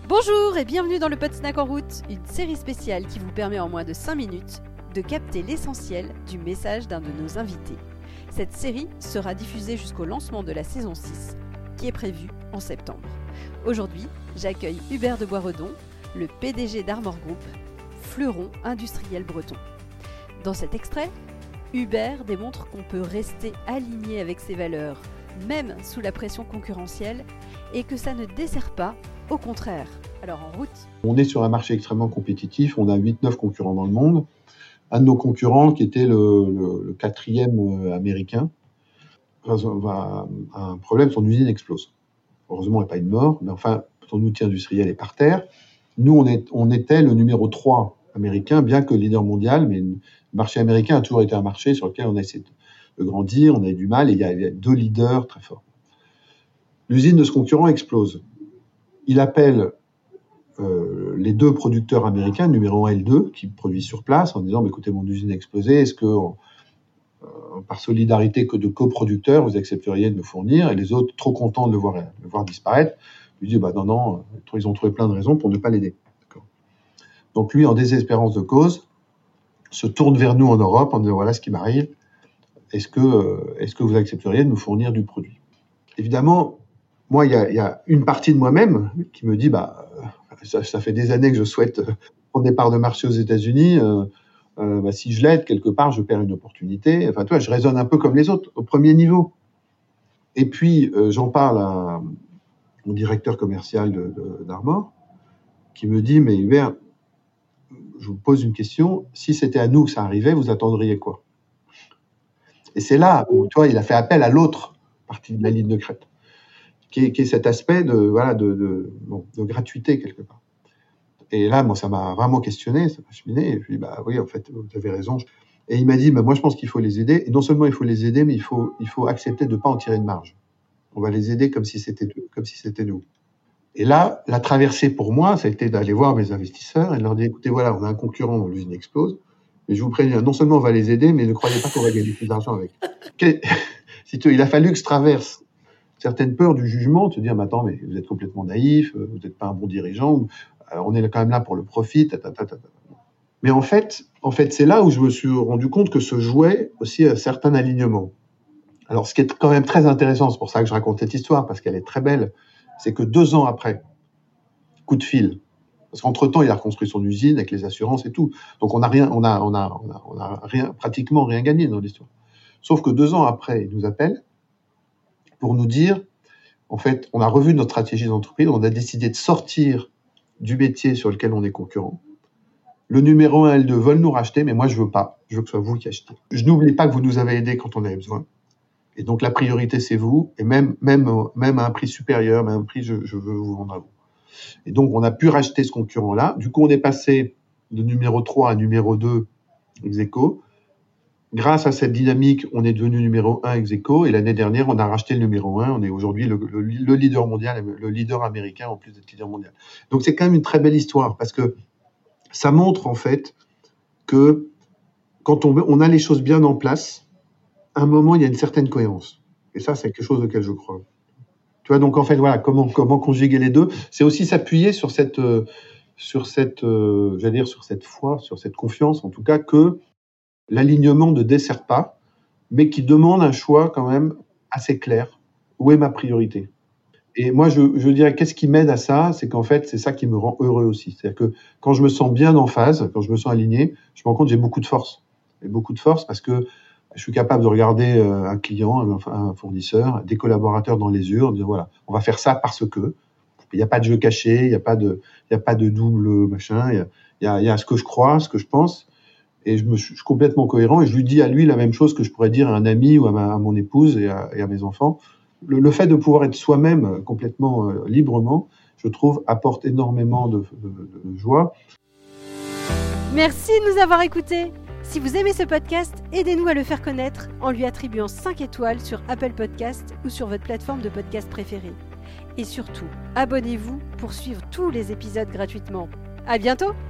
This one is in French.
Bonjour et bienvenue dans le Pod Snack en route, une série spéciale qui vous permet en moins de 5 minutes de capter l'essentiel du message d'un de nos invités. Cette série sera diffusée jusqu'au lancement de la saison 6, qui est prévue en septembre. Aujourd'hui, j'accueille Hubert de Boisredon, le PDG d'Armor Group, fleuron industriel breton. Dans cet extrait, Hubert démontre qu'on peut rester aligné avec ses valeurs, même sous la pression concurrentielle, et que ça ne dessert pas, au contraire. Alors en route. On est sur un marché extrêmement compétitif, on a 8-9 concurrents dans le monde. Un de nos concurrents, qui était le quatrième américain, a un problème, son usine explose. Heureusement, il n'y a pas eu de mort, mais enfin, son outil industriel est par terre. Nous, on était le numéro 3 américain, bien que leader mondial, mais le marché américain a toujours été un marché sur lequel on a essayé de grandir, on a eu du mal, et il y a deux leaders très forts. L'usine de ce concurrent explose. Il appelle les deux producteurs américains, numéro 1 et le 2, qui produisent sur place, en disant écoutez, mon usine a explosé, est-ce que, par solidarité que de coproducteurs, vous accepteriez de me fournir? Et les autres, trop contents de le voir disparaître, lui disent non, ils ont trouvé plein de raisons pour ne pas l'aider. D'accord. Donc lui, en désespérance de cause, se tourne vers nous en Europe en disant voilà ce qui m'arrive, est-ce que vous accepteriez de nous fournir du produit? Évidemment, moi, il y a une partie de moi-même qui me dit ça fait des années que je souhaite prendre des parts de marché aux États-Unis. Si je l'aide quelque part, je perds une opportunité. Enfin, tu vois, je raisonne un peu comme les autres, au premier niveau. Et puis, j'en parle à mon directeur commercial d'Armor, qui me dit mais Hubert, je vous pose une question. Si c'était à nous que ça arrivait, vous attendriez quoi? Et c'est là où, tu vois, il a fait appel à l'autre partie de la ligne de crête, qui est cet aspect de gratuité quelque part. Et là, moi, ça m'a vraiment questionné, ça m'a cheminé. Et je lui ai dit, oui, en fait, vous avez raison. Et il m'a dit, moi, je pense qu'il faut les aider. Et non seulement il faut les aider, mais il faut accepter de ne pas en tirer de marge. On va les aider comme si c'était nous. Et là, la traversée pour moi, ça a été d'aller voir mes investisseurs et de leur dire, écoutez, voilà, on a un concurrent dont l'usine explose. Et je vous préviens, non seulement on va les aider, mais ne croyez pas qu'on va gagner plus d'argent avec. Il a fallu que je traverse certaines peurs du jugement, de se dire, mais vous êtes complètement naïf, vous n'êtes pas un bon dirigeant, on est quand même là pour le profit, Mais en fait, c'est là où je me suis rendu compte que se jouait aussi un certain alignement. Alors, ce qui est quand même très intéressant, c'est pour ça que je raconte cette histoire, parce qu'elle est très belle, c'est que 2 ans après, coup de fil, parce qu'entre-temps, il a reconstruit son usine avec les assurances et tout, donc on a pratiquement rien gagné dans l'histoire. Sauf que 2 ans après, il nous appelle pour nous dire, en fait, on a revu notre stratégie d'entreprise, on a décidé de sortir du métier sur lequel on est concurrent. Le numéro 1 et le 2 veulent nous racheter, mais moi, je veux pas. Je veux que ce soit vous qui achetez. Je n'oublie pas que vous nous avez aidés quand on avait besoin. Et donc, la priorité, c'est vous. Et même à un prix supérieur, même un prix, je veux vous vendre à vous. Et donc, on a pu racheter ce concurrent-là. Du coup, on est passé de numéro 3 à numéro 2 ex-aequo. Grâce à cette dynamique, on est devenu numéro 1 ex-aequo. Et l'année dernière, on a racheté le numéro 1. On est aujourd'hui le leader mondial, le leader américain en plus d'être leader mondial. Donc, c'est quand même une très belle histoire parce que ça montre en fait que quand on a les choses bien en place, à un moment, il y a une certaine cohérence. Et ça, c'est quelque chose auquel je crois. Tu vois, donc en fait, voilà, comment conjuguer les deux, c'est aussi s'appuyer sur cette foi, sur cette confiance, en tout cas, que l'alignement ne dessert pas, mais qui demande un choix quand même assez clair. Où est ma priorité? Et moi, je dirais, qu'est-ce qui m'aide à ça? C'est qu'en fait, c'est ça qui me rend heureux aussi. C'est-à-dire que quand je me sens bien en phase, quand je me sens aligné, je me rends compte que j'ai beaucoup de force. Et beaucoup de force parce que je suis capable de regarder un client, un fournisseur, des collaborateurs dans les yeux, en disant voilà, on va faire ça parce que. Il n'y a pas de jeu caché, il n'y a pas de double machin. Il y a ce que je crois, ce que je pense. Et je suis complètement cohérent. Et je lui dis à lui la même chose que je pourrais dire à un ami ou à mon épouse et à mes enfants. Le fait de pouvoir être soi-même complètement librement, je trouve, apporte énormément de joie. Merci de nous avoir écoutés. Si vous aimez ce podcast, aidez-nous à le faire connaître en lui attribuant 5 étoiles sur Apple Podcasts ou sur votre plateforme de podcast préférée. Et surtout, abonnez-vous pour suivre tous les épisodes gratuitement. À bientôt!